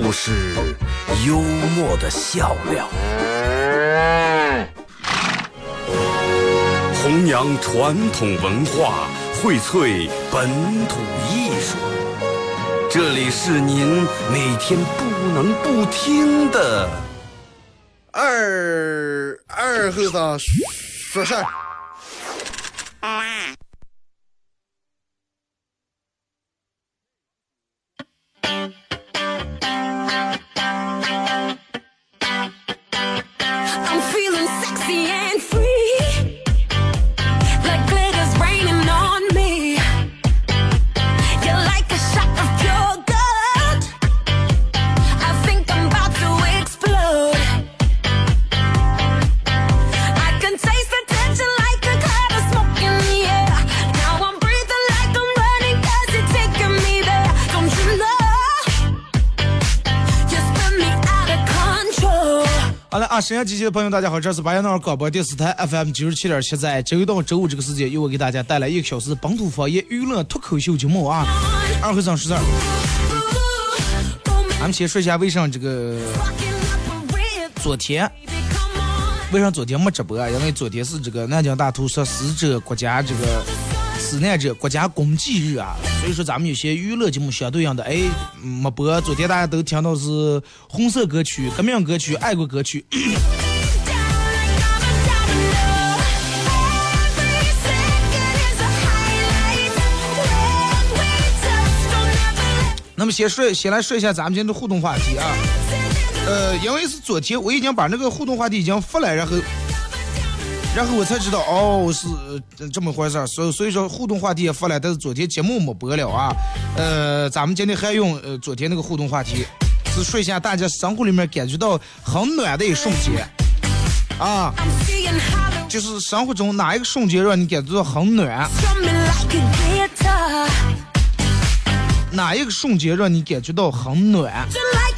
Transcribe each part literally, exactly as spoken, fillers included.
就是幽默的笑料，弘扬传统文化，荟萃本土艺术。这里是您每天不能不听的二二后生说事儿。 好了啊，沈阳机器的朋友大家好，这是巴彦淖尔广播电视台 F M 九十七点七，在周一到周五这个时间，由我给大家带来一个小时本土方言娱乐脱口秀节目啊。二和尚十二，咱们先说一下为啥这个昨天为啥昨天没直播啊？因为昨天是这个南京大屠杀死者国家这个死难者国家公祭日啊，所以说咱们有些娱乐节目相对应的哎没播。昨天大家都听到是红色歌曲、革命歌曲、爱国歌曲。那么先说先来说一下咱们今天的互动话题啊，呃，因为是昨天我已经把那个互动话题已经发了，然后。然后我才知道哦是这么回事儿，所以所以说互动话题也发来，但是昨天节目没播了啊。呃，咱们今天还用呃昨天那个互动话题，是说一下大家生活里面感觉到很暖的一瞬间啊，就是生活中哪一个瞬间让你感觉到很暖，哪一个瞬间让你感觉到很暖。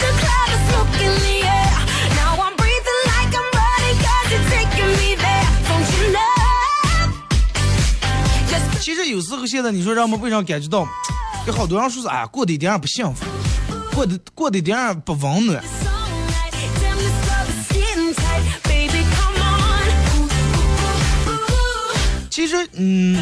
其实有时候现在你说让我们为啥感觉到有好多人说是哎过得一点不幸福，过得过得一点不温暖。其实嗯，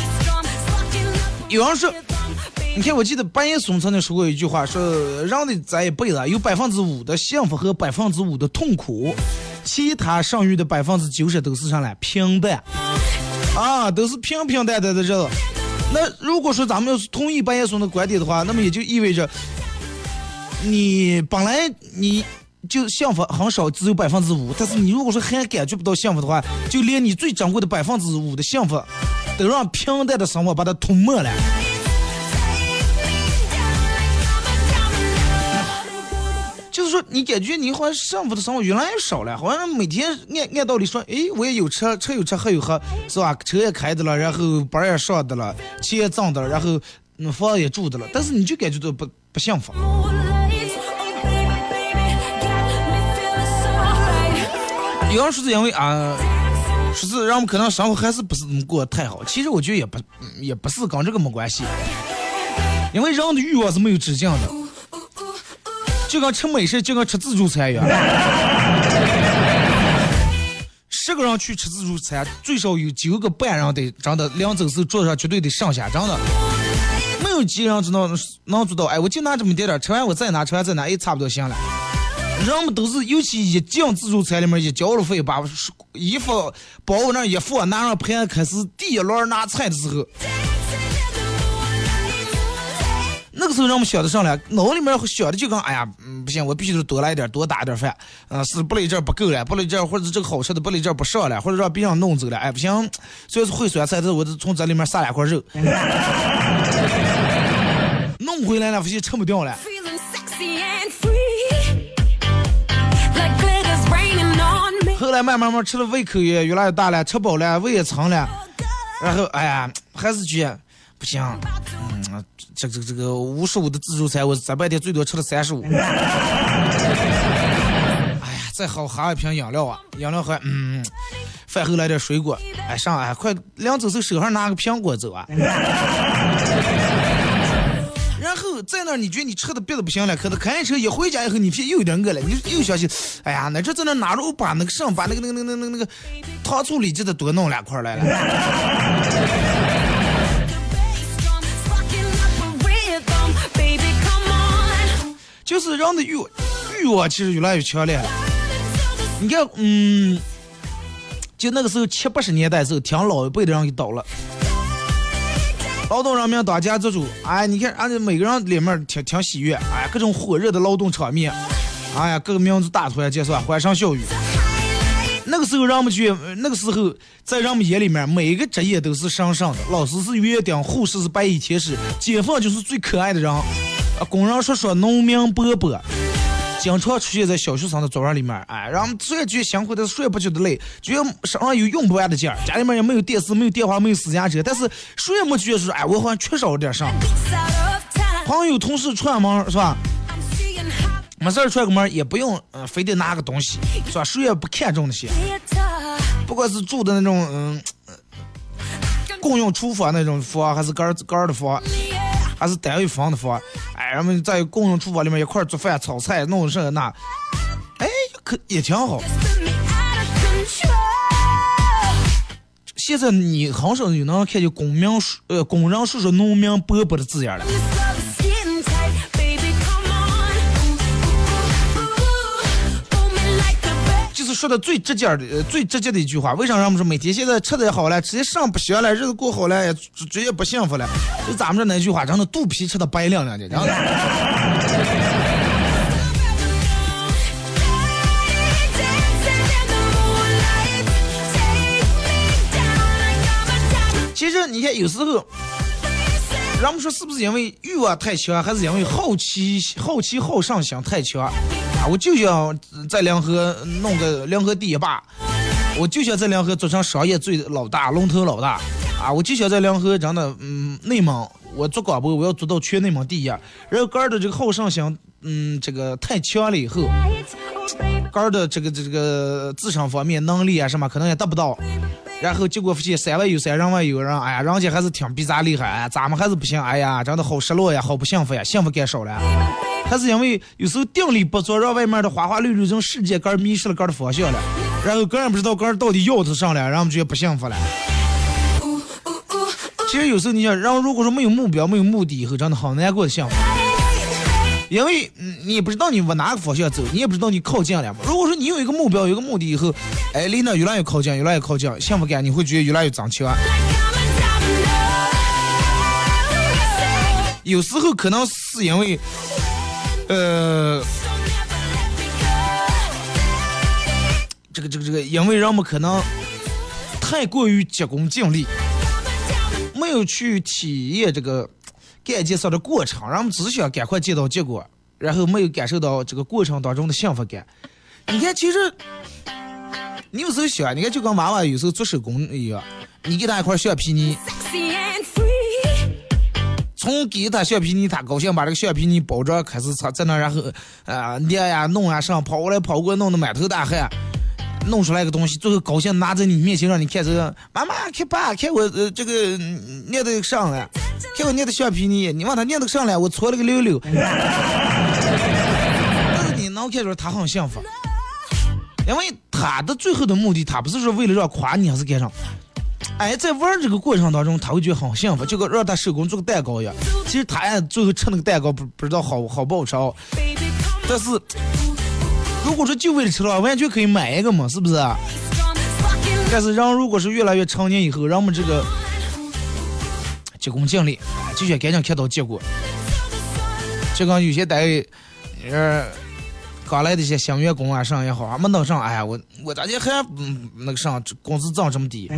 有人说，你看我记得白岩松曾经说过一句话，说人的这一辈子有百分之五的幸福和百分之五的痛苦，其他剩余的百分之九十都是上来平淡。啊，都是平平淡淡的日子。那如果说咱们要是同意白岩松的观点的话，那么也就意味着，你本来你就幸福很少，只有百分之五，但是你如果说还感觉不到幸福的话，就连你最珍贵的百分之五的幸福，都让平淡的生活把它吞没了。就是说，你感觉你好像幸福的生活越来越少了，好像每天按按道理说，哎，我也有车，车有车喝有喝，是吧？车也开的了，然后班也上的了，钱也挣的了，然后嗯房也住的了，但是你就感觉到不不幸福。有人说是因为啊，说是让我们可能生活还是不是过得太好。其实我觉得也不也不是跟这个没关系，因为人的欲望是没有止境的。就跟吃美食，就跟吃自助餐一样。十个人去吃自助餐，最少有九个半人得真的两走时桌子上绝对得上下，真的没有几个人知道能做到。哎，我就拿这么点点，吃完我再拿，吃完再拿，哎，差不多行了。人们都是，尤其一进自助餐里面一交了费，把衣服包往那一放，拿上盘开始第一轮拿菜的时候。那个时候让我们想的上来，脑里面想的就跟哎呀，嗯，不行，我必须得多来一点，多打一点饭，啊、呃，是不来这儿不够了，不来这儿或者这个好吃的不来这儿不上了，或者让别人弄走了，哎，不行，虽然是会酸菜，但是我从这里面撒两块肉，弄回来了，不行，吃不掉了。后来慢慢慢吃的胃口也越来越大了，吃饱了，胃也撑了，然后哎呀，还是觉得不行，嗯。这个这个五十五的自助餐，我在白天最多吃了三十五。哎呀，再好喝一瓶饮料啊，饮料喝，嗯，饭后来点水果，哎上哎快两走时手上拿个苹果走啊。然后后在那儿你觉得你吃的别的不行了，可能开车一回家以后你屁又有点饿了，你又想起，哎呀，那这在那拿着把那个上把那个那个那个那个那个糖醋里脊的多弄两块来了。就是人的欲欲望其实越来越强烈了。你看，嗯，就那个时候七八十年代的时候，听老一辈的人给倒了。劳动人民当家作主，哎，你看，俺这每个人里面挺挺喜悦，哎，各种火热的劳动场面，哎呀，各个民族大团结是吧？欢声笑语。那个时候人们觉得，那个时候在人们眼里面，每一个职业都是神圣的，老师是园丁，护士是白衣天使，解放就是最可爱的人。工人说说农民伯伯，经常出现在小学生的桌上里面，哎，然后虽然觉得辛苦，但是睡不觉的累，觉得身上有用不完的劲儿，家里面也没有电视，没有电话，没有私家车，但是谁也没觉得说，哎，我好像缺少了点啥。朋友同事串门是吧？没事串个门也不用，呃，非得拿个东西，是吧？谁也不看重那些，不管是住的那种，嗯、呃，共用厨房那种房，还是干干的房。还是单位房的房，哎，人们在共用厨房里面一块做饭、炒菜、弄这那，哎，可也挺好。现在你很少有能看见工民呃工人叔叔、农民伯伯的字眼了。就是说的最直接的、最直接的一句话，为啥让我们说每天现在吃的好了，直接上不行了，日子过好了，也直接不幸福了？就咱们这那句话，真的肚皮吃的白亮亮的，然后。其实你看，有时候。人们说是不是因为欲望太强，还是因为好奇好奇好胜心太强啊？我就想在两河弄个两河第一霸，我就想在两河做成商业最老大龙头老大啊！我就想在两河真的嗯内蒙，我做广播我要做到全内蒙第一。然后个儿的这个好胜心嗯这个太强了以后，个儿的这个这个自身方面能力啊什么可能也达不到。然后结果发现山外有山，人外有人，哎呀，人家还是挺比咱厉害，哎，咱们还是不行，哎呀，真的好失落呀，好不幸福呀，幸福感少了。还是因为有时候定力不足，让外面的花花绿绿这种世界杆迷失了杆的方向了，然后个人不知道杆到底要它上来，让我们觉得不幸福了。其实有时候你想，人如果说没有目标、没有目的以后，真的好难过的幸福。因为你也不知道你往哪个方向走，你也不知道你靠近了嘛。如果说你有一个目标，有一个目的以后，哎，离那越来越靠近，越来越靠近，幸福感你会觉得越来越增强。有时候可能是因为，呃，这个这个这个，因为人们可能太过于急功近利，没有去体验这个。干介绍的过程，人们只想赶快见到结果，然后没有感受到这个过程当中的幸福感。你看，其实你有时候想，你看就跟娃娃有时候做手工一样，你给他一块橡皮泥，从给他橡皮泥，他高兴把这个橡皮泥包装开始在那，然后啊捏呀弄呀上跑过来跑过来，弄得满头大汗。弄出来个东西，最后高兴拿在你面前让你看，这个妈妈看爸看我呃这个捏的上来，看我捏的橡皮泥，你往他捏的上来，我搓了个溜溜。但是你能看出他很幸福，因为他的最后的目的，他不是说为了让夸你还是干啥，哎，在玩这个过程当中，他会觉得很幸福，就跟让他手工做个蛋糕一样。其实他最后吃那个蛋糕不不知道好好不好吃，但是。如果说就为了吃了，完全可以买一个嘛，是不是？但是人如果是越来越成年以后，让我们这个急功近利，就想赶紧看到结果。就跟有些单位，呃，刚来的一些新员工啊，上也好，还没弄上，哎呀，我我咋就还嗯那个上工资涨这么低？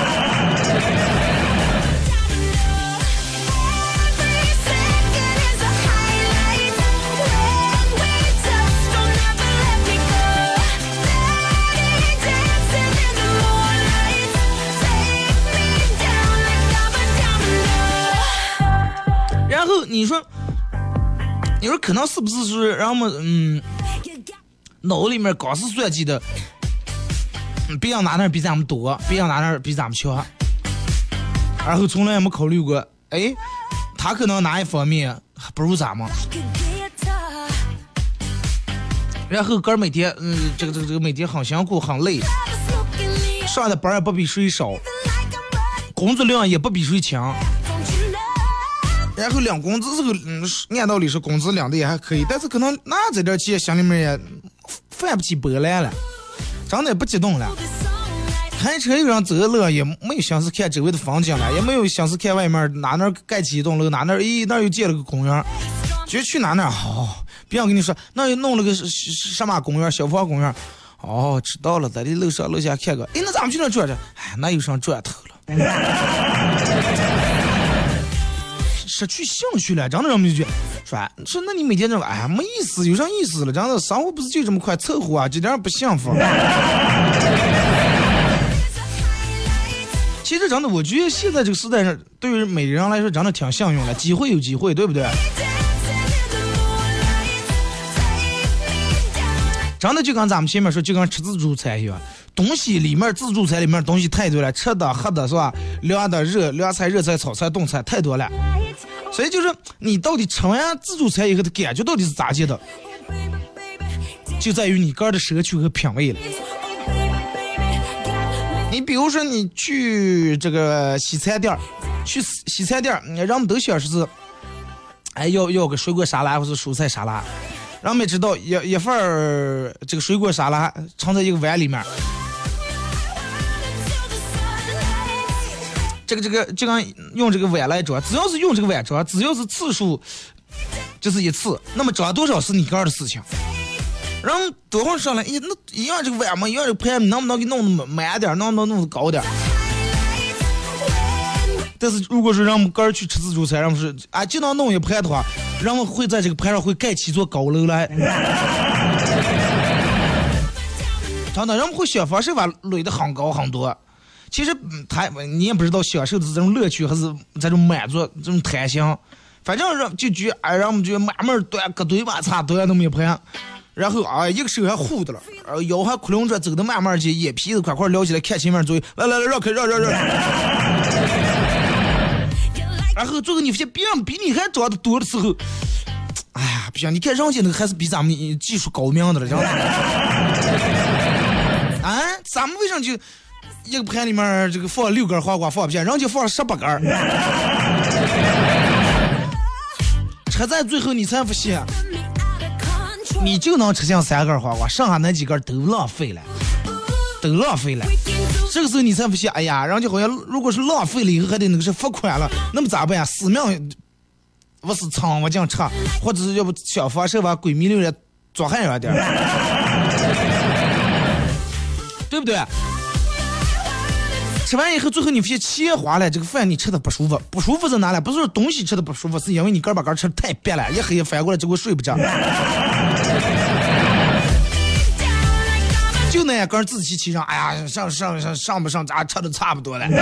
然后你说，你说可能是不是说让我们嗯脑里面光是算计的，嗯、别人哪哪比咱们多，别人哪哪比咱们强，然后从来也没考虑过，哎，他可能哪一方面不如咱们。然后哥每天，嗯，这个这个这个每天很辛苦很累，上的班也不比谁少，工作量也不比谁强。然后领工资这个，嗯，按道理是工资领的也还可以，但是可能那在这企业心里面也翻不起波来了，真的也不激动了。开车有人走了，也没有心思看周围的风景了，也没有心思看外面哪那盖起一栋楼，哪那咦那又建了个公园，就去哪那好。哦，别人跟你说那又弄了个什么公园，消防公园。哦，知道了，在这楼上楼下看个，哎，那咱们去那转转，哎，那有上转头了。失去兴趣了，真的人们就觉得说说那你每天这个哎呀没意思，有啥意思了？真的生活不是就这么快凑合啊，这点不幸福。其实真的，我觉得现在这个时代上，对于每个人来说，真的挺幸运的，机会有机会，对不对？真的就跟咱们前面说，就跟吃自助餐一样，东西里面自助餐里面东西太多了，吃的喝的是吧？凉的热凉菜热菜炒菜冻菜太多了，所以就是你到底吃完自助餐以后的感觉到底是咋接的，就在于你个人的摄取和品味了。你比如说你去这个西餐店，去西餐店，人们都想是，哎要要个水果沙拉或者蔬菜沙拉。让没知道一一份儿这个水果沙拉盛在一个碗里面，这个这个就刚用这个碗来装，只要是用这个碗装，只要是次数就是一次，那么装多少是你个人的事情。然后多会上来，哎，那一样这个碗嘛，一样这个盘，能不能给弄那么满点，能不能弄得高点？但是如果是让我们个人去吃自助餐，让我们是啊，就能弄一盘的话，让我们会在这个盘上会盖起一座高楼来。真的，人们会想方设法垒得很高很多。其实他你也不知道享受的是这种乐趣还是这种满足这种贪心，反正让就觉哎，让我们就慢慢端个堆吧，差端那么一盘。然后啊，一个手还护的了，腰还窟窿着，走的慢慢去，眼皮子快快撩起来，看前面左右，来来来，绕开，绕绕绕。然后最后你发现别人比你还长得多的时候，哎呀，不行，你看人家那个还是比咱们技术高明的了，知道吗？啊，咱们为啥就一个盘里面这个放六根黄瓜放不下，人家放了十八根。吃在最后你才发现。你就能吃下三根黄瓜，剩下那几根都浪费了，都浪费了。这个时候你才发现，哎呀，人家好像如果是浪费了以后还得那个是罚款了，那么咋办呀？死命我是藏我这样吃，或者是要不想方设法鬼迷六人做汉人点，对不对？吃完以后，最后你发现钱花了，这个饭你吃的不舒服，不舒服在哪里？不是说东西吃的不舒服，是因为你根把根吃的太憋了，一黑翻过来结果睡不着。就那样跟自欺欺人，哎呀，上上上上不上咱吃的差不多了。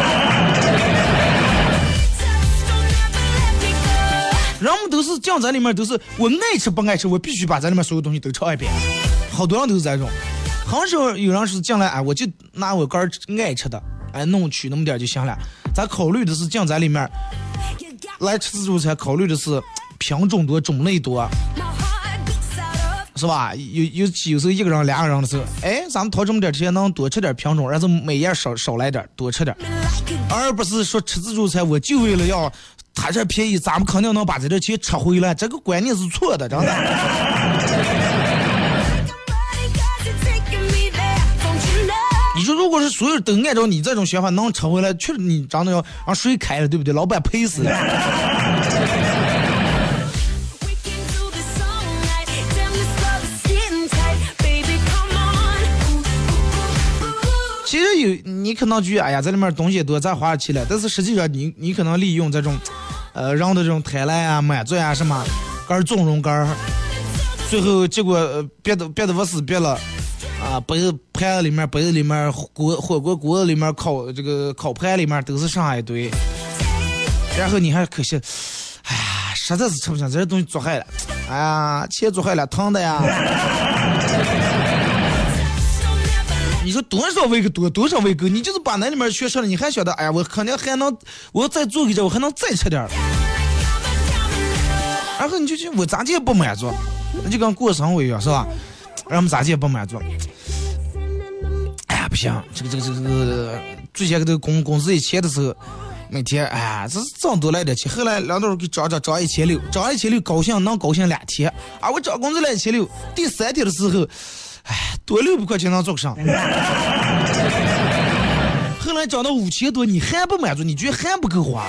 人们都是酱在里面都是我爱吃不爱吃，我必须把这里面所有东西都吃一遍。好多人都是这种，很少有人是进来，哎，我就拿我个爱吃的。哎，弄取那么点就行了。咱考虑的是酱在里面来吃自助餐，考虑的是品种多、种类多，是吧？有有有时候一个人、两个人的时候，哎，咱们掏这么点钱能多吃点品种，然后每样少少来点，多吃点，而不是说吃自助餐我就为了要他这便宜，咱们肯定能把这点钱吃回来，这个观念是错的，真的。你说如果是所有人都按照你这种想法能吃回来，确实你长得要让水开了，对不对？老板赔死了。其实有你可能觉得哎呀，在里面东西多，咱花起来，但是实际上你你可能利用这种，呃，人的这种贪婪啊、满足啊什么，干纵容干，最后结果呃别的别的不是别了。啊，杯子盘子里面，杯子里面，锅火锅锅子里面，烤这个烤盘里面都是上一堆，然后你还可惜，哎呀，实在是吃不下，这些东西做害了，哎呀，钱做害了，疼的呀。你说多少喂个多，多少喂够，你就是把那里面缺失了，你还晓得，哎呀，我肯定还能，我再做一阵，我还能再吃点。 然后你就去我咋也不满足，那就跟过生活一样是吧？让我们咋也不满足。哎呀不行，这个这个这个这个最先给这个工工资一千的时候。每天哎呀，这是挣多来点钱。后来两头给涨涨涨一千六，涨一千六高兴能高兴两天啊！我涨工资来一千六，第三天的时候，哎，多六百块钱能做上。后来涨到五千多，你还不满足，你觉得还不够花？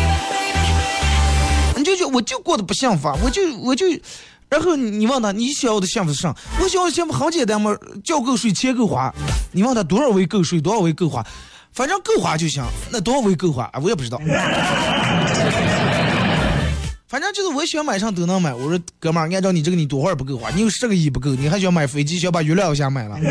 你就觉得我就过得不幸福，我就我就，然后你问他你想要的幸福是啥？我想要的幸福很简单嘛，交够税，钱够花。你问他多少为够税，多少为够花？反正够花就行，那多少为够花啊？我也不知道。反正就是我想买上都能买。我说哥们儿，按照你这个你多少不够花？你有十个亿不够，你还想买飞机，想把月亮想买了。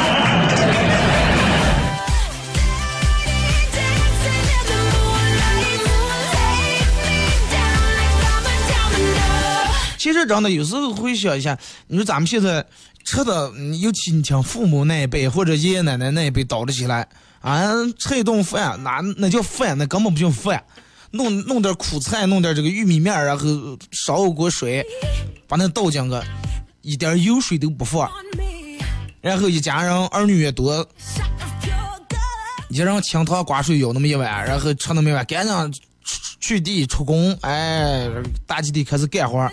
其实真的有时候会想一下，你说咱们现在吃的，尤其你像父母那一辈或者爷爷奶奶那一辈倒得起来。啊，吃一顿饭，那那叫饭，那根本不叫饭。弄弄点苦菜，弄点这个玉米面，然后烧一锅水，把那倒进去，一点油水都不放。然后一家人儿女也多，一人清汤寡水舀那么一碗，然后吃那么一碗，赶紧去地出工，哎，大集体开始干活。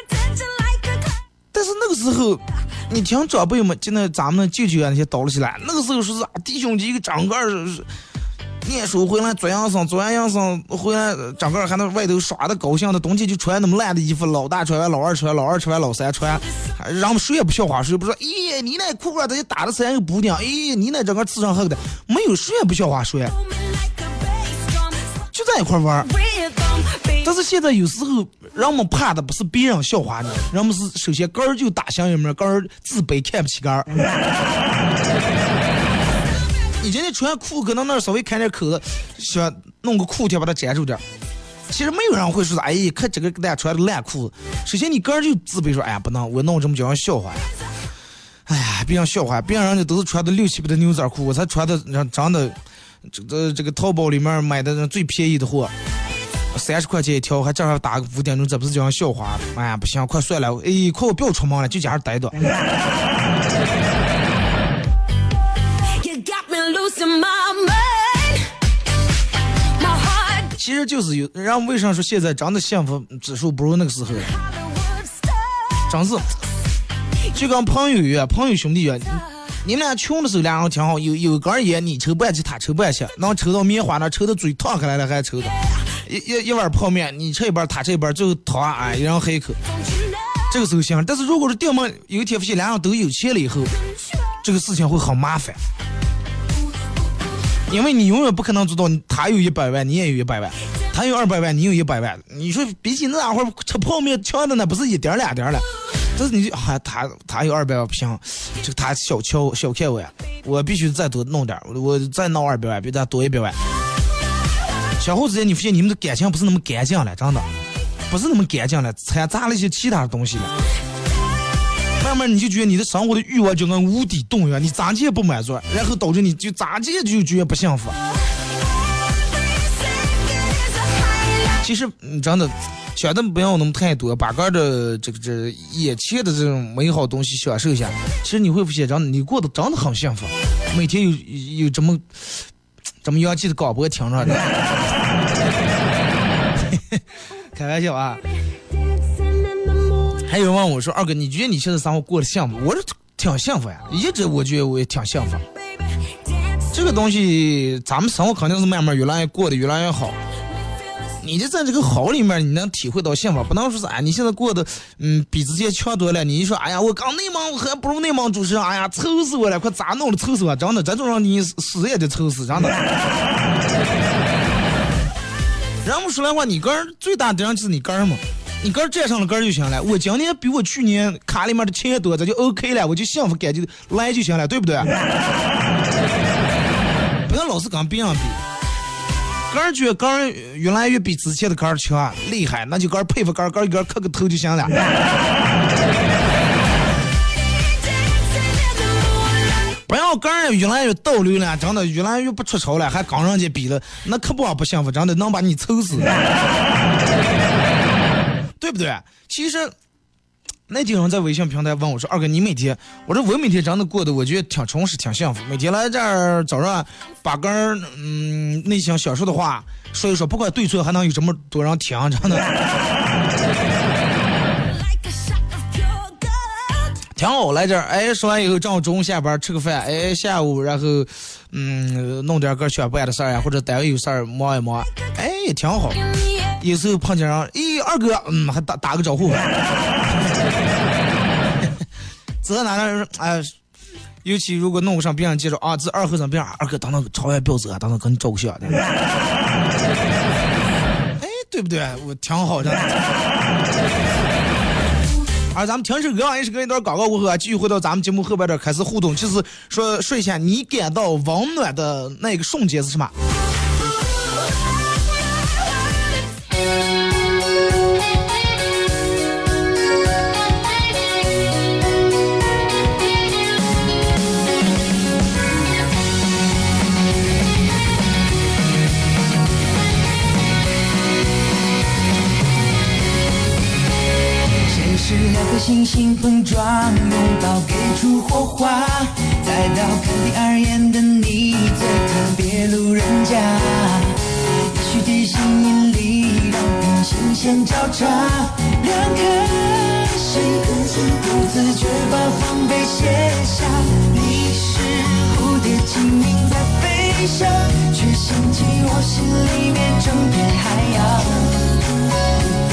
但是那个时候。你听长辈们，就那咱们舅舅啊那些倒了起来，那个时候说是弟兄几个长个儿念书回来，做洋生，做完洋生回来，长个儿还在外头耍的高兴的，冬天就穿那么烂的衣服，老大穿完老二穿，老二穿完老三穿，然后谁也不笑话谁，不说，咦，你那裤管他就打了三个补丁，咦，你那整个刺上后的，没有谁也不笑话谁，就在一块玩。但是现在有时候人们怕的不是别人笑话你，人们是首先个儿就打心里面，个儿自卑看不起个儿。你今天穿裤可能那儿稍微开点口子，想弄个裤贴把它粘住点，其实没有人会说哎呀看这个给大家穿的烂裤子。首先你个儿就自卑说哎呀不能我弄这么叫人笑话呀，哎呀别人笑话，别人人家都是穿的六七百的牛仔裤，我才穿的长的这个这个淘宝里面买的最便宜的货。三十块钱一条，还正好打个五点钟，这不是叫人笑话？哎呀，不行，快算了，哎，快我不要出门了，就家上待着。其实就是有，然后为啥说现在真的幸福指数不如那个时候？真是，就跟朋友一样，朋友兄弟一样。你们俩穷的时候俩人挺好，有有根烟你抽半去，他抽半去，能抽到棉花那抽的嘴烫开来了还抽的，一一一碗泡面你吃一半他吃一半，最后烫哎一人喝一口，这个时候行。但是如果是掉梦有一天发现俩人都有钱了以后，这个事情会很麻烦，因为你永远不可能做到他有一百万你也有一百万，他有二百万你有一百万，你说比起那会儿吃泡面强的那不是一点两点了。但是你就啊，他他有二百万不行，这个他小瞧小看我呀，我必须再多弄点，我再弄二百万，比他多一百万。相互之间，你发现你们的感情不是那么干净了，真的不是那么干净了，掺杂了一些其他的东西了。慢慢你就觉得你的生活的欲望就跟无底洞一样，你咋地也不满足，然后导致你就咋地就觉得不幸福。其实你真的。想的不要那么太多，把个的这个这眼前的这种美好东西享受一下。其实你会发现，真的你过得真的很幸福，每天有有这么这么洋气的广播听着的，开玩笑啊。还有人问我说：“二哥，你觉得你现在生活过得幸福？”我说：“挺幸福呀，一直我觉得我也挺幸福。这个东西，咱们生活肯定是慢慢越来越过得越来越好。”你就在这个好里面，你能体会到幸福，不能说是哎，你现在过得嗯比之前强多了。你一说哎呀，我刚内蒙，我还不如内蒙主持人，哎呀，愁死我了，快咋弄的，愁死我，真的，这种让你死也得愁死，真的。然后说来话，你个人最大的人就是你个人嘛，你个人占上了个人就行了。我今年比我去年卡里面的钱多，这就 OK 了，我就幸福感就来就行了，对不对？不要老是跟别人比。个人觉得个人越来越比之前的个人强厉害，那就个人佩服个人，个人个人磕个头就行了。不要个人越来越倒流了，真的越来越不出丑了，还跟人家比了，那可不不幸福，真的能把你愁死。 对不对？其实那天有人在微信平台问我说：“二哥，你每天？”我说：“我每天真的过得我觉得挺充实、挺幸福。每天来这儿早上把根儿嗯内心想说的话说一说，不管对错，还能有这么多人听，真的挺好。来这儿，哎，说完以后正好中午下班吃个饭，哎，下午然后嗯弄点个小办的事儿呀，或者单位有事儿忙一忙，哎，也挺好。有时候碰见人，咦，二哥，嗯，还打打个招呼。这哪能哎？尤其如果弄上别人介绍啊，这二和尚别人二哥当当朝外标子，当当跟你照个相的。哎，对不对？我挺好的。而咱们停止歌，也是跟一段广告过后啊，继续回到咱们节目后边的开始互动。就是说说一下你感到温暖的那个瞬间是什么？ 是两颗星星碰撞，拥抱给出火花，再到看第二眼的你，最特别路人甲。也许地心引力让人心弦交叉，两颗心不自觉把防备卸下。你是蝴蝶轻盈在飞翔，却掀起我心里面整片海洋。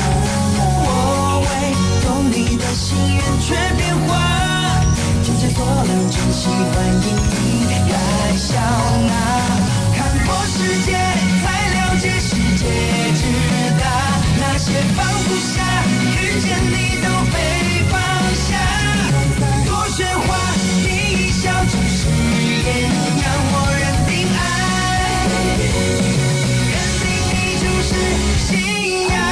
你的心愿却变化，天解锁了真心欢迎你来笑纳。看过世界才了解世界之大，那些放不下遇见你都被放下。多喧哗你一笑就是艳阳，我认定爱，认定你就是信仰。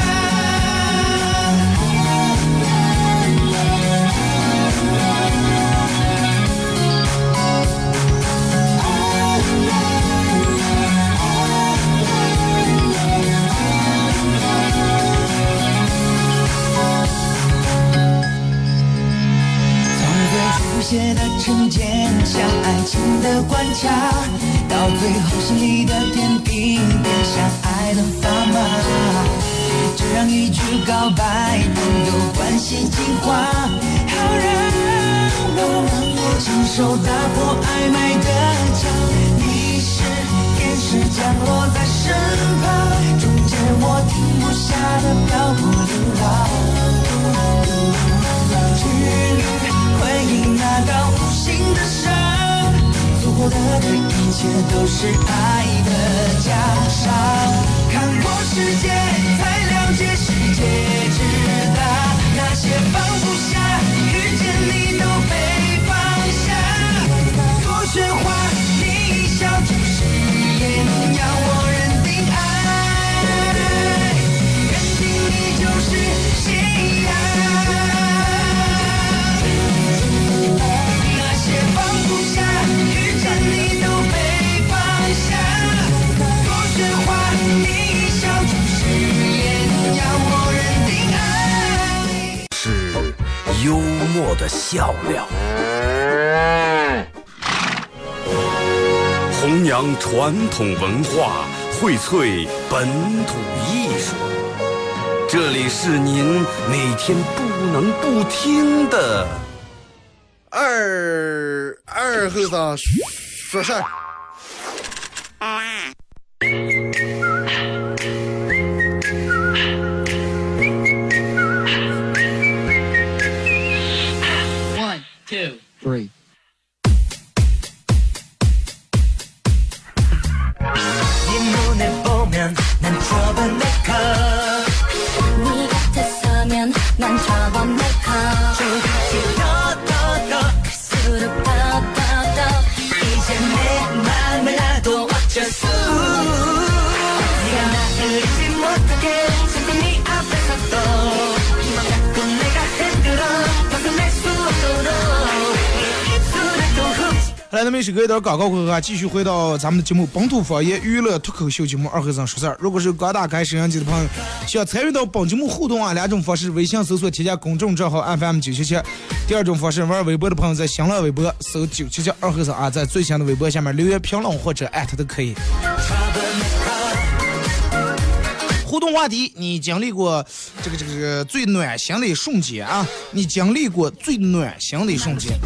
写的成见像爱情的关卡，到最后心里的天平变像爱的砝码，只让一句告白能有关系进化，好让我亲手打破暧昧的墙。你是天使降落在身旁，终结我停不下的漂泊流浪，治愈回应那道无形的伤，所获得的一切都是爱的奖赏。看过世界才了解世界之大，那些放不下遇见你都被放下。多喧哗你一笑就是艳阳，我认定爱，认定你就是信仰。 幽默的笑料，弘扬传统文化，荟萃本土艺术。这里是您每天不能不听的二二后生说事儿。 Two, three. 네 눈을 보면 난 troublemaker. 네 곁에 서면 난 troublemaker. 조금씩 더, 더, 더 갈수록 더, 더, 더 이제 내 맘을 놔도 어쩔 수. 네가 나를 잊지 못하게 자꾸 네 앞에서 또 맘 갖고 내가 흔들어 벗어날 수 없도록. 来，那么是隔一段广告过后啊，继续回到咱们的节目本土方言娱乐脱口秀节目二和尚说事儿。如果是刚打开摄像机的朋友，需要参与到本节目互动啊，两种方式：微信搜索添加公众账号 F M 九七七；第二种方式，玩微博的朋友在新浪微博搜九七七二和尚啊，在最新的微博下面留言评论或者艾特都可以。互动话题：你经历过这个这个这个最暖心的瞬间啊？你经历过最暖心的瞬间？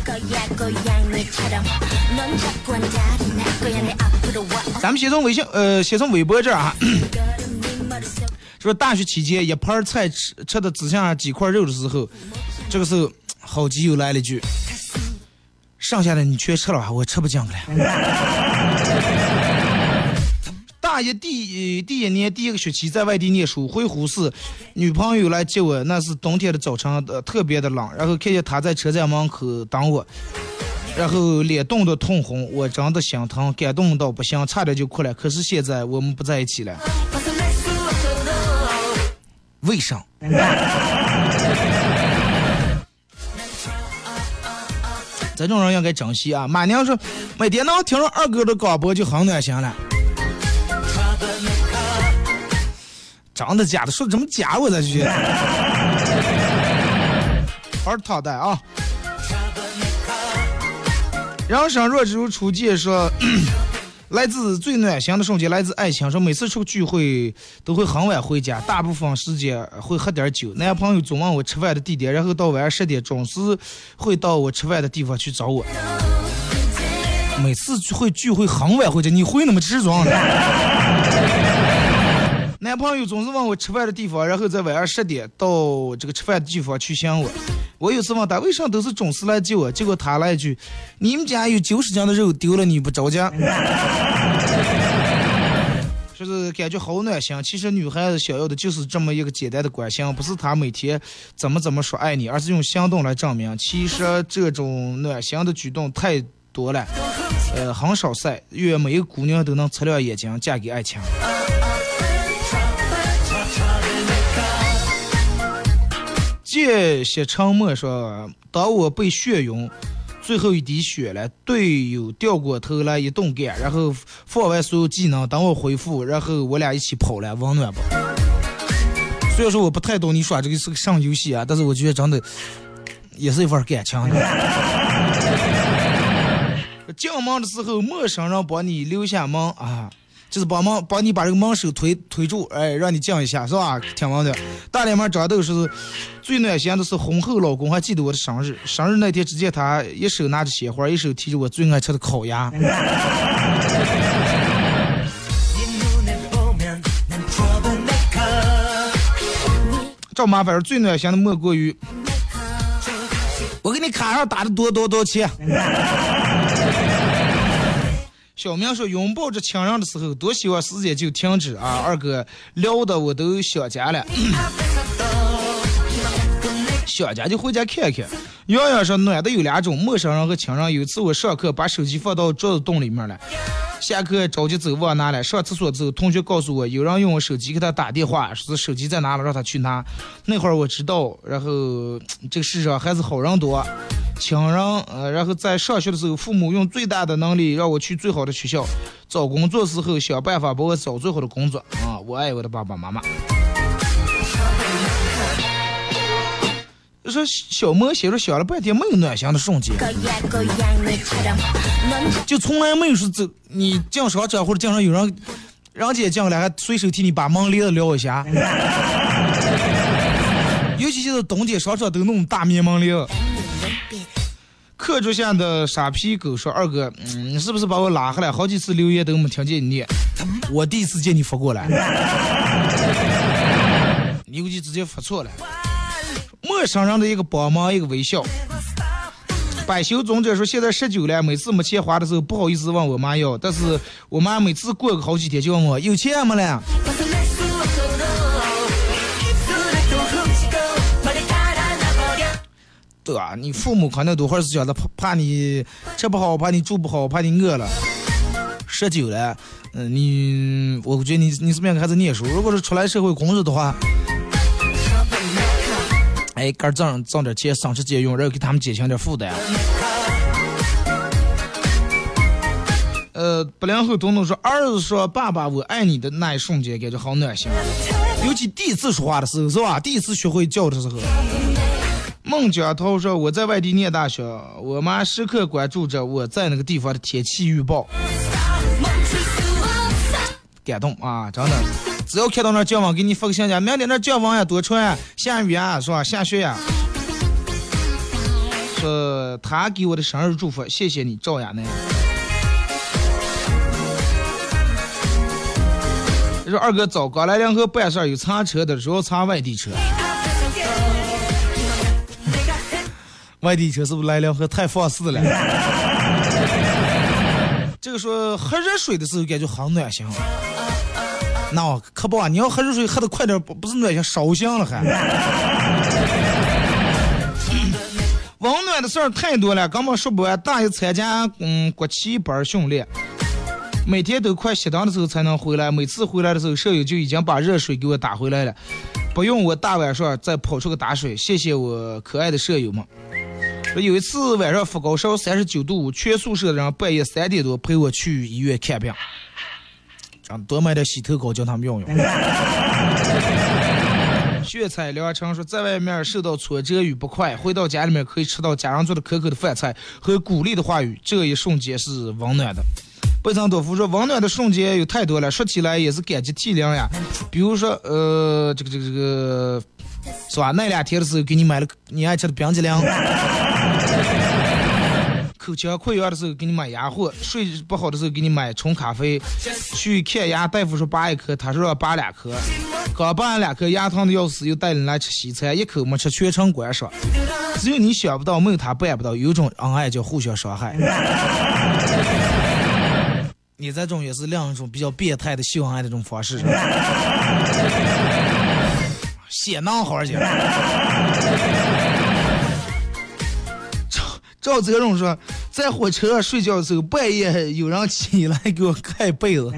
咱们先从微信呃，先从微博这儿啊，说大学期间一盘菜吃吃的只剩下几块肉的时候，这个时候好基友来了一句：“剩下的你全吃了，我吃不进去了。”大一第第一年第一个学期在外地念书，回呼市，女朋友来接我，那是冬天的早晨，呃，特别的冷，然后看见她在车站门口等我，然后脸冻得通红，我真的心疼，感动到不行，差点就哭了。可是现在我们不在一起了，为啥？这种人应该珍惜啊！马娘说，每天能听着二哥的广播就很暖心了。真的假的？说怎么假？我再去。好套带啊！人生若只如初见说，来自最暖心的瞬间来自爱情。说每次出聚会都会很晚回家，大部分时间会喝点酒。男朋友总问我吃饭的地点，然后到晚上十点总是会到我吃饭的地方去找我。每次会聚会很晚回家，你会那么执着呢？男朋友总是问我吃饭的地方，然后在晚上十点到这个吃饭的地方去想我。我有次问他为什么都是总是来接我，结果他来一句：“你们家有九十斤的肉丢了你不着急。”就是感觉好暖心。其实女孩子想要的就是这么一个简单的关心，不是她每天怎么怎么说爱你，而是用行动来证明。其实这种暖心的举动太多了，呃，很少晒。愿每一个姑娘都能擦亮眼睛，嫁给爱情。借些沉默说，当我被血涌，最后一滴血了，队友掉过头来一动干，然后放完所有技能，等我恢复，然后我俩一起跑了，温暖不？虽然说我不太懂你耍这个是个上游戏啊，但是我觉得真的也是一份感情。进门的时候，陌生人帮你留下门啊。就是帮忙帮你把这个门手推推住，哎，让你降一下，是吧？挺忙的。大脸妹长豆是最暖心的是婚后老公还记得我的生日，生日那天只见他一手拿着鲜花，一手提着我最爱吃的烤鸭。赵妈反正最暖心的莫过于，我给你卡上打的多多多钱。小明说，拥抱着亲人的时候多希望时间就停止啊！二哥聊的我都想家了，想家就回家看看。洋洋说，暖的有两种，陌生人和亲人。有一次我上课把手机放到桌子洞里面了，下课着急走忘拿了，上厕所之后同学告诉我有人用我手机给他打电话，说手机在哪了让他去拿。那会儿我知道，然后这个世上还是好人多。亲人，呃，然后在上学的时候，父母用最大的能力让我去最好的学校，找工作时候想办法把我找最好的工作啊！我爱我的爸爸妈妈。说小萌写着想了半天没有暖心的瞬间，就从来没有说走你进商场或者经常有人人家进来还随手替你把门帘子撩一下，尤其是冬天商场都弄大棉门帘。课桌下的傻皮狗说，二哥，嗯，你是不是把我拉回来？好几次留言都没听见你念，我第一次见你发过来，你估计直接发错了。陌生人的一个帮忙，一个微笑。百修总者说，现在十九了，每次没钱花的时候不好意思问我妈要，但是我妈每次过个好几天就问我有钱没了。对吧？你父母可能多会儿是觉得怕怕你吃不好，怕你住不好，怕你饿了。十九了，嗯、呃，你我觉得你你是不是应该还在念书？如果是出来社会工作的话，哎，该挣挣点钱，省吃俭用，然后给他们减轻点负担。 呃，八零后东东说，儿子说爸爸我爱你的那一瞬间，感觉好暖心。尤其第一次说话的时候，是吧？第一次学会叫的时候。孟江涛说，我在外地念大学，我妈时刻关注着我在那个地方的天气预报。感动啊，真的！只要看到那降温，给你发个信息，明天那降温呀，多穿呀，下雨啊，是吧？下雪呀。说他给我的生日祝福，谢谢你，赵亚楠。说二哥早刚来两河办事有查车的，主要查外地车。外地车是不是来两河太放肆了？这个说喝热水的时候感觉很暖心。那可不啊，你要喝热水喝得快点，不是暖心烧香了还。温暖的事儿太多了，根本说不完。大爷参加嗯国旗班训练，每天都快熄灯的时候才能回来，每次回来的时候舍友就已经把热水给我打回来了，不用我大晚上再跑出个打水。谢谢我可爱的舍友们。有一次晚上发高烧三十九度五，全宿舍的人半夜三点多陪我去医院看病，多买点洗头膏叫他们用用。血彩疗程说，在外面受到挫折与不快，回到家里面可以吃到家人做的可口的饭菜和鼓励的话语，这一瞬间是温暖的。贝桑多夫说，温暖的瞬间有太多了，说起来也是感激涕零呀。比如说呃这个这个这个是吧，那两天的时候给你买了你爱吃的冰激凌，口腔溃疡的时候给你买牙货，睡不好的时候给你买冲咖啡，去看牙大夫说拔一颗，他说要拔两颗，刚拔完两颗牙疼的要死，又带你来吃西餐，一口没吃全程观赏。只有你想不到，没有他办不到，有种恩爱叫互相伤害。你这种也是另一种比较变态的秀恩爱的这种方式。血囊好些。赵泽荣说，在火车上睡觉的时候，半夜有人起来给我盖被子。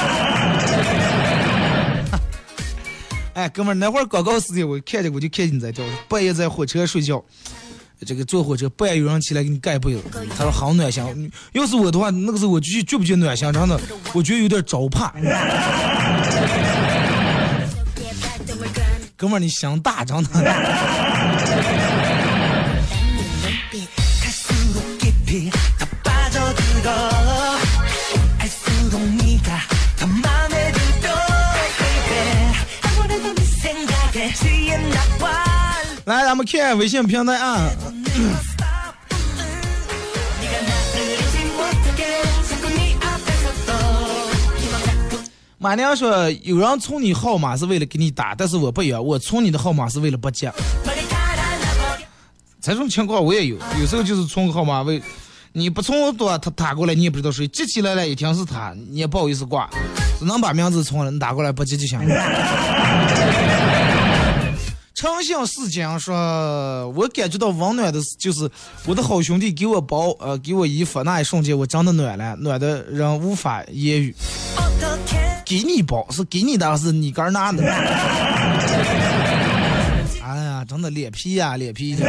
哎，哥们儿，那会儿广告时间我看见我就看见你在叫，半夜在火车上睡觉，这个坐火车半夜有人起来给你盖被子，他说好暖心。要是我的话，那个时候我就觉不觉暖心，真的，我觉得有点着怕。哥们儿，你想大，真的。来，咱们看微信平台啊。马娘说，有人充你号码是为了给你打，但是我不要，我充你的号码是为了不接。这种情况我也有，有时候就是充号码为你不充多，他打过来你也不知道谁，接起来了一听是他，你也不好意思挂，只能把名字充了，你打过来不接就行了。诚信事件说，我感觉到温暖的就是我的好兄弟给我包呃给我衣服那一瞬间，我真的暖了，暖的人无法言语。给你包是给你的，是你哥拿的。哎呀，真的脸皮呀、啊，脸皮。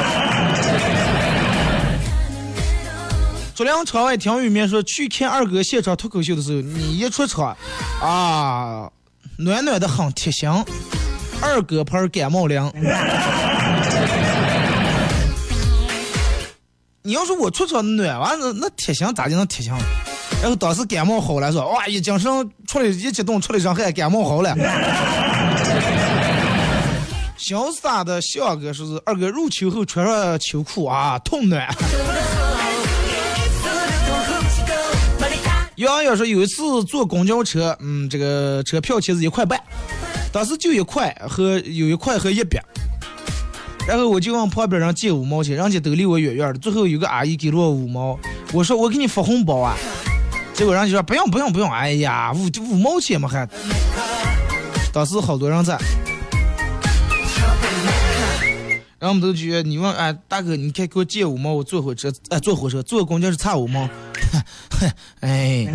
昨天场外听雨面说，去看二哥现场脱口秀的时候，你一出场啊，暖暖的很贴心。二哥牌感冒凉。你要说我出场暖完了，那贴心咋就能贴心？然后当时感冒好了，说哇一精神出来一激动出来一身汗，感冒好了。潇洒的笑哥说是二哥入秋后穿上秋裤啊，痛暖。杨洋说有一次坐公交车，嗯，这个车票钱是一块半，当时就一块和有一块和一百，然后我就问旁边人借五毛钱，人家都离我远远的，最后有个阿姨给了我五毛，我说我给你发红包啊，结果人家说不用不用不用，哎呀五五毛钱嘛还，当时好多人在。然后我们都觉得你问哎大哥，你看给我借五毛，我坐火车哎坐火车坐公交是差五毛，哎，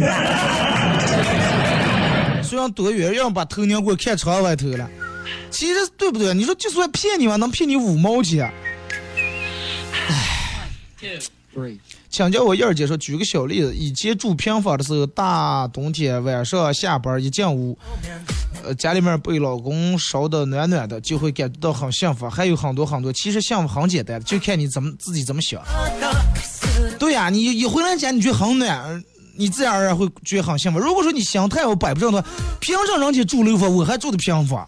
虽然多远，让把头娘给我看窗外头了，其实对不对？你说就算骗你嘛，能骗你五毛钱？哎， 请教我燕儿姐说，举个小例子，以前住平房的时候，大冬天晚上下班一进屋，呃，家里面被老公烧得暖暖的，就会感觉到很幸福。还有很多很多，其实幸福很简单，就看你怎么自己怎么想。对呀、啊，你一回来家你觉得很暖，你自然而然会觉得很幸福。如果说你心态我摆不正的话，凭什么人家住楼房，我还住的平房？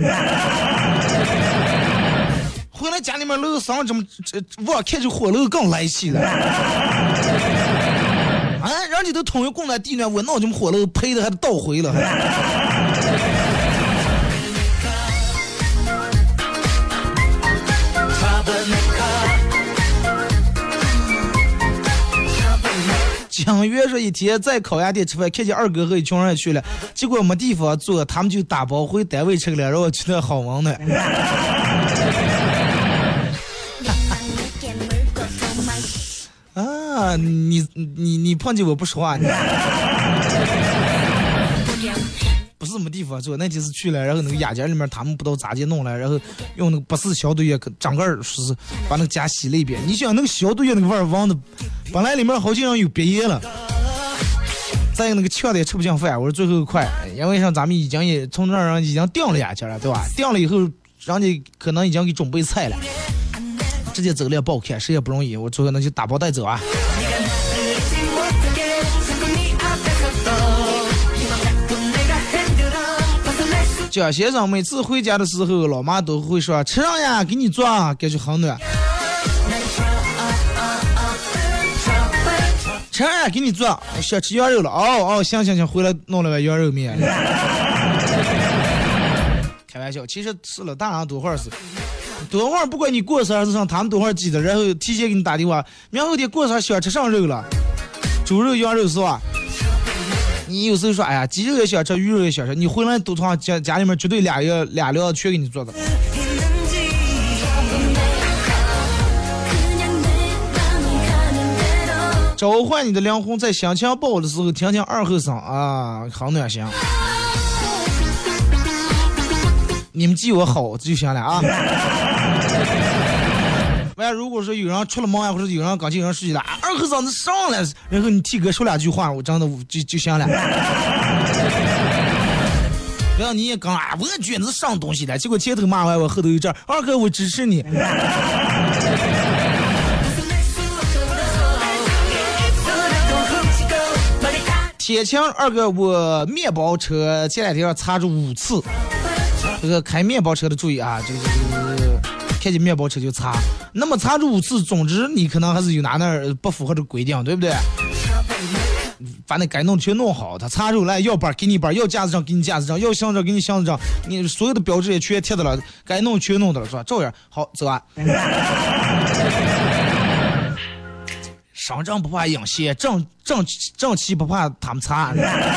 回来家里面楼上这么这我看着火楼更来气了。啊，人家都统一供在地暖，我闹这么火楼赔的还得倒回了。蒋约说一天在烤鸭店吃饭，看见二哥和一群人去了，结果没地方坐，他们就打包回单位吃了，让我觉得好玩呢。啊，你你你碰见我不说话，你不是没地方坐，那天是去了，然后那个鸭架里面他们不知道咋地弄了，然后用那个不是消毒液整个是把那个家洗了一遍。你想那个消毒液那个味儿忘的，本来里面好像有别液了，再那个呛的也吃不进饭。我说最后快，因为像咱们已经也从那儿已经订了鸭架了，对吧？订了以后，人家可能已经给准备菜了。直接走了不好看，谁也不容易。我最后那就打包带走啊。蒋先生每次回家的时候，老妈都会说：“吃上呀，给你做，感觉很暖。”吃上呀，给你做，想吃羊肉了。哦哦，行行行，回来弄了碗羊肉面。开玩笑，其实吃了大人多会儿是。多会儿不管你过生日上他们多会儿记得，然后提前给你打电话，明后天过生日想吃上肉了，猪肉羊肉是吧？你有时候说哎呀鸡肉也想吃，鱼肉也想吃，你回来都从家家里面绝对俩月俩料全给你做的。召唤你的灵魂，在心情不好的时候听听二后生啊，好暖心。你们记我好就行了啊。完，如果说有人出了门啊，或者有人刚进人睡了，二和尚子上来，然后你替哥说两句话，我真的就就行了。不要你也刚啊，我觉得是上东西了，结果前头骂完我，后头又这样，二哥我支持你。铁枪二哥，我面包车前两天要擦住五次。这个开面包车的注意啊，这个这个开起面包车就擦，那么擦住五次，总之你可能还是有哪那不符合这个规定，对不对？把那该弄全弄好，他擦住来要板给你板，要架子上给你架子上，要箱子给你箱子上，你所有的标志也全贴的了，该弄全弄的了，是吧？照样好走啊。上阵不怕影邪，正正正气不怕他们擦。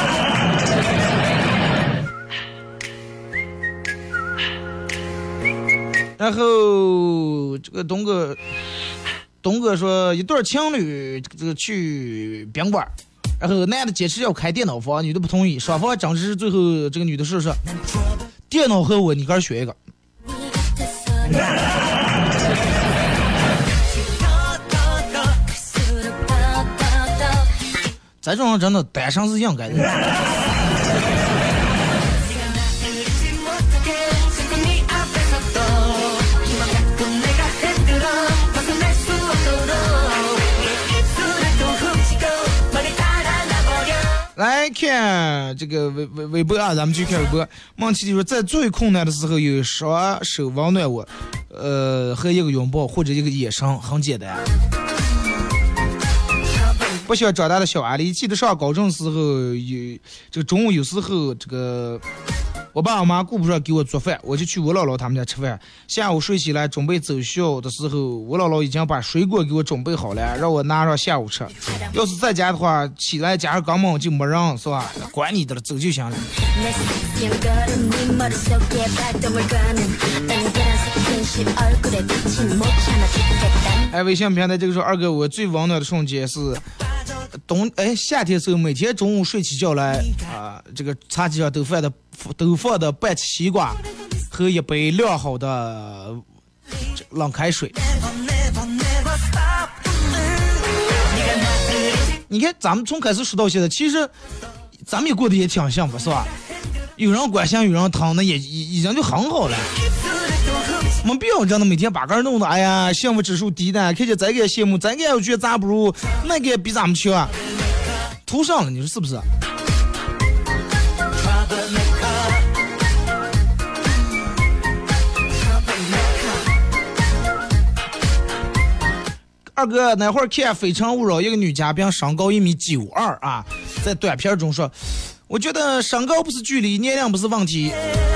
然后这个东哥，东哥说一对情侣这个去宾馆，然后男的坚持要开电脑房，女的不同意，双方争执，最后这个女的说说电脑和我你个人选一个。咱这种真的单身是应该的。来看这个微微微博啊，咱们去看微博。梦琪就说，在最困难的时候有双手温暖我，呃，和一个拥抱或者一个眼神，很简单。不想长大的小阿狸，记得上高中的时候有这个中午有时候这个我爸我妈顾不上给我做饭，我就去我姥姥他们家吃饭。下午睡起来准备走学校的时候，我姥姥已经把水果给我准备好了，让我拿上下午吃。要是在家的话，起来加上肛门就没人，是吧？管你的了，走就行了。哎，微信平台这个时候，二哥我最温暖的瞬间是冬哎夏天的时候，每天中午睡起觉来啊、呃，这个茶几上都放的都放的半期西瓜和一杯晾好的冷开水。 你看咱们从开始说到现在，其实咱们也过得也挺幸福，是吧？有人关心，有人疼，那也已经就很好了。没必要真的每天把个弄的，哎呀，幸福指数低的，看见咱个羡慕，咱个又觉得咱不如，那个比咱们强啊，图上了，你说是不是？二哥那会儿看《非诚勿扰》，一个女嘉宾身高一米九二啊，在短片中说，我觉得身高不是距离，年龄不是问题。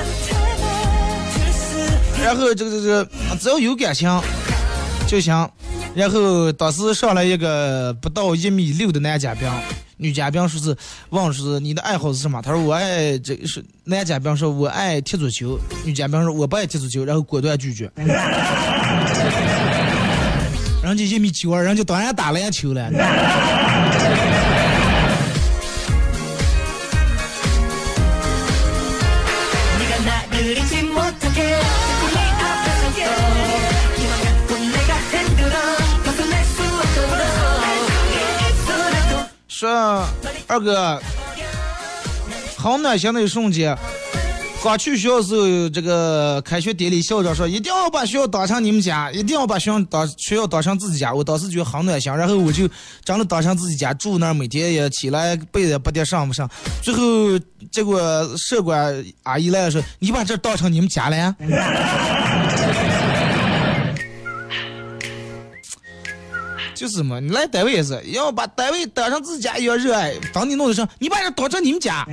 然后这个这个只要有感情就行。然后当时上来一个不到一米六的男嘉宾，女嘉宾说是问是你的爱好是什么？他说我爱这个是男嘉宾说我爱踢足球，女嘉宾说我不爱踢足球，然后果断拒绝。人家一米九二，人家当然打篮球了。说二哥，好暖心的一瞬间。刚去学校的时候，这个开学典礼，校长说一定要把学校当成你们家，一定要把学校当学校当成自己家。我当时觉得很暖心，然后我就真的当成自己家住那儿，每天也起来背也不得上不上。最后结果社管阿姨来了说：“你把这当成你们家了呀？”就是嘛，你来单位也是要把单位当成自己家一样热爱。当你弄的时候，你把这当成你们家。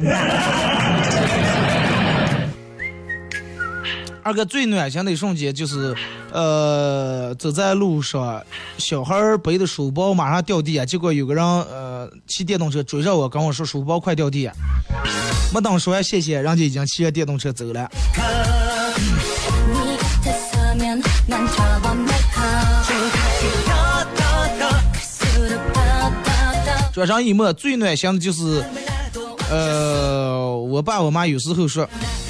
二个最暖心的一瞬间就是，呃，走在路上，小孩背的书包马上掉地啊，结果有个人呃骑电动车追上我，跟我说书包快掉地啊，没等说完谢谢，人家已经骑着电动车走了。转上一幕最暖心的就是，呃，我爸我妈有时候说。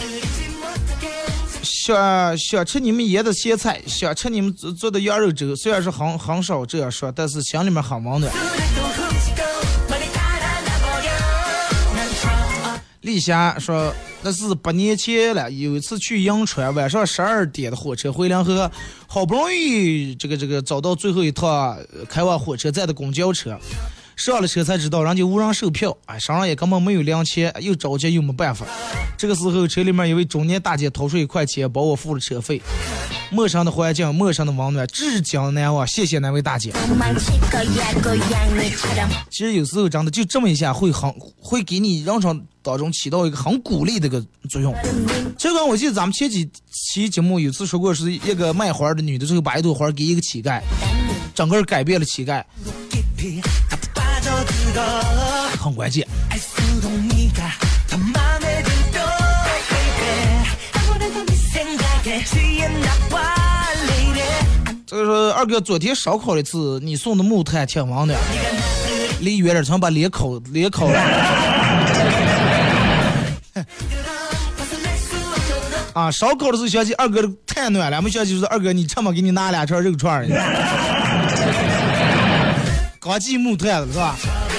想想吃你们爷的咸菜，想吃你们做的羊肉粥，虽然是很很少这样说，但是心里面很温暖。丽霞说，那是八年前了，有一次去银川，晚上十二点的火车回梁河，好不容易这个这个找到最后一趟开往火车站的公交车。上了车才知道人家无人售票，哎，身上也根本没有零钱，又着急又没办法。这个时候车里面一位中年大姐掏出一块钱帮我付了车费。陌生的环境，陌生的温暖，至今难忘，谢谢那位大姐。其实有时候真的就这么一下会很会给你人生当中起到一个很鼓励的一个作用。这个我记得咱们前几期节目有次说过，是一个卖花的女的最后把一朵花给一个乞丐，整个改变了乞丐，很关键。这个说二哥昨天烧烤了一次，你送的木炭挺旺的，离远点，常把脸烤脸烤了。啊，烧烤的时候想起二哥太暖了，没想起就是二哥你这么给你拿两串肉串儿，刚进木炭了是吧？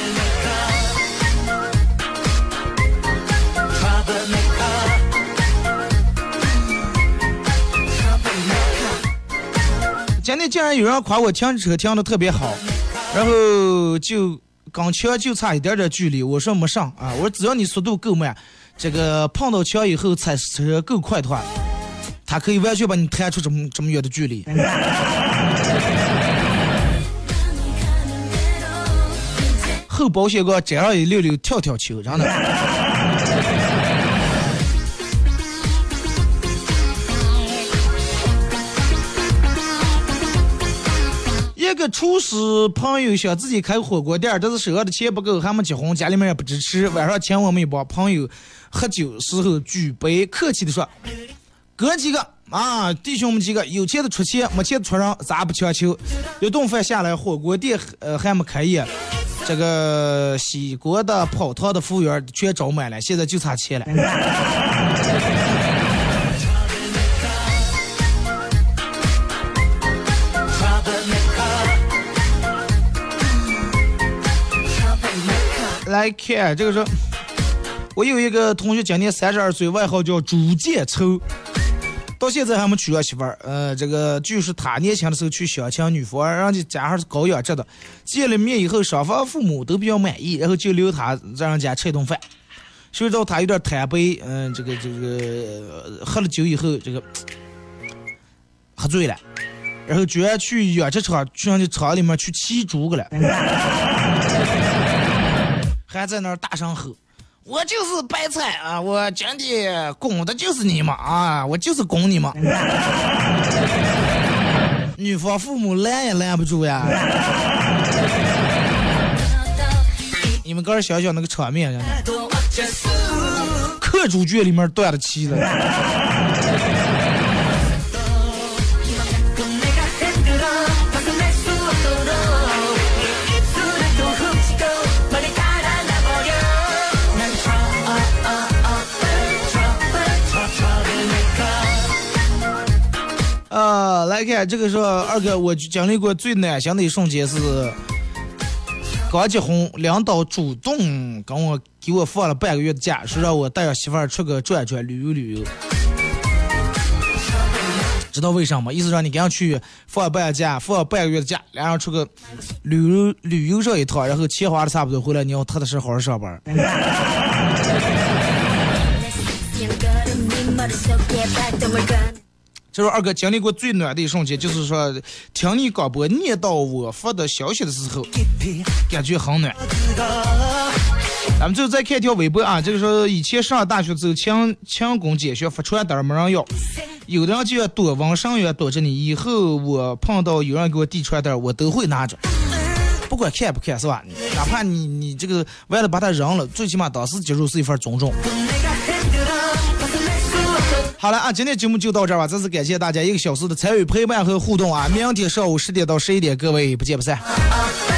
今天竟然有人夸我停车停的特别好，然后就刚墙就差一点点距离，我说没上啊，我说只要你速度够慢，这个碰到墙以后踩车够快的话，它可以完全把你弹出这么这么远的距离。后保险杠沾上一溜溜跳跳球，真的。一个厨师朋友想自己开火锅店，但是手上的钱不够，还没结婚，家里面也不支持。晚上请我们一帮朋友喝酒时候举杯，客气的说：“哥几个啊，弟兄们几个，有钱的出钱，没钱的出人，咱不强求。”一顿饭下来，火锅店呃还没开业，这个洗锅的、跑汤的服务员全招满了，现在就差钱了。 来看这个说，我有一个同学今年三十二岁，外号叫朱建臭，到现在还没娶上媳妇儿。呃，这个据说他年轻的时候去相亲，女方人家家还是高养殖的，见了面以后，双方父母都比较满意，然后就留他让人家吃一顿饭。谁知道他有点贪杯，嗯、呃，这个这个、呃、喝了酒以后，这个喝醉了，然后居然去养殖场去人家厂里面去骑猪去了，还在那儿大声吼：“我就是白菜啊！我今天供的就是你们啊！我就是供你们。”女方父母拦也拦不住呀！你们刚才想想那个场面，客主剧里面断了气了。呃，来看这个说二哥，我经历过最暖心的一瞬间是刚结婚，领导主动跟我给我放了半个月的假，说让我带着媳妇儿出个转转旅游旅游。知道为什么？意思让你赶紧去放半个假，放半个月的假，然后出个旅游旅游上一趟，然后钱花的差不多，回来你要踏踏实实好好上班。这是二哥经历过最暖的一瞬间，就是说听你广播念到我发的消息的时候，感觉很暖。咱们最后再看一条微博啊，这个说以前上大学之后强强攻简学发传单没人要，有的人就要躲往上远躲着你，以后我碰到有人给我递传单，我都会拿着，不管看不看是吧？哪怕你你这个为了把它扔了，最起码当时接受是一份尊重。好了啊，今天节目就到这儿吧，再次感谢大家一个小时的参与陪伴和互动啊！明天上午十点到十一点，各位不见不散。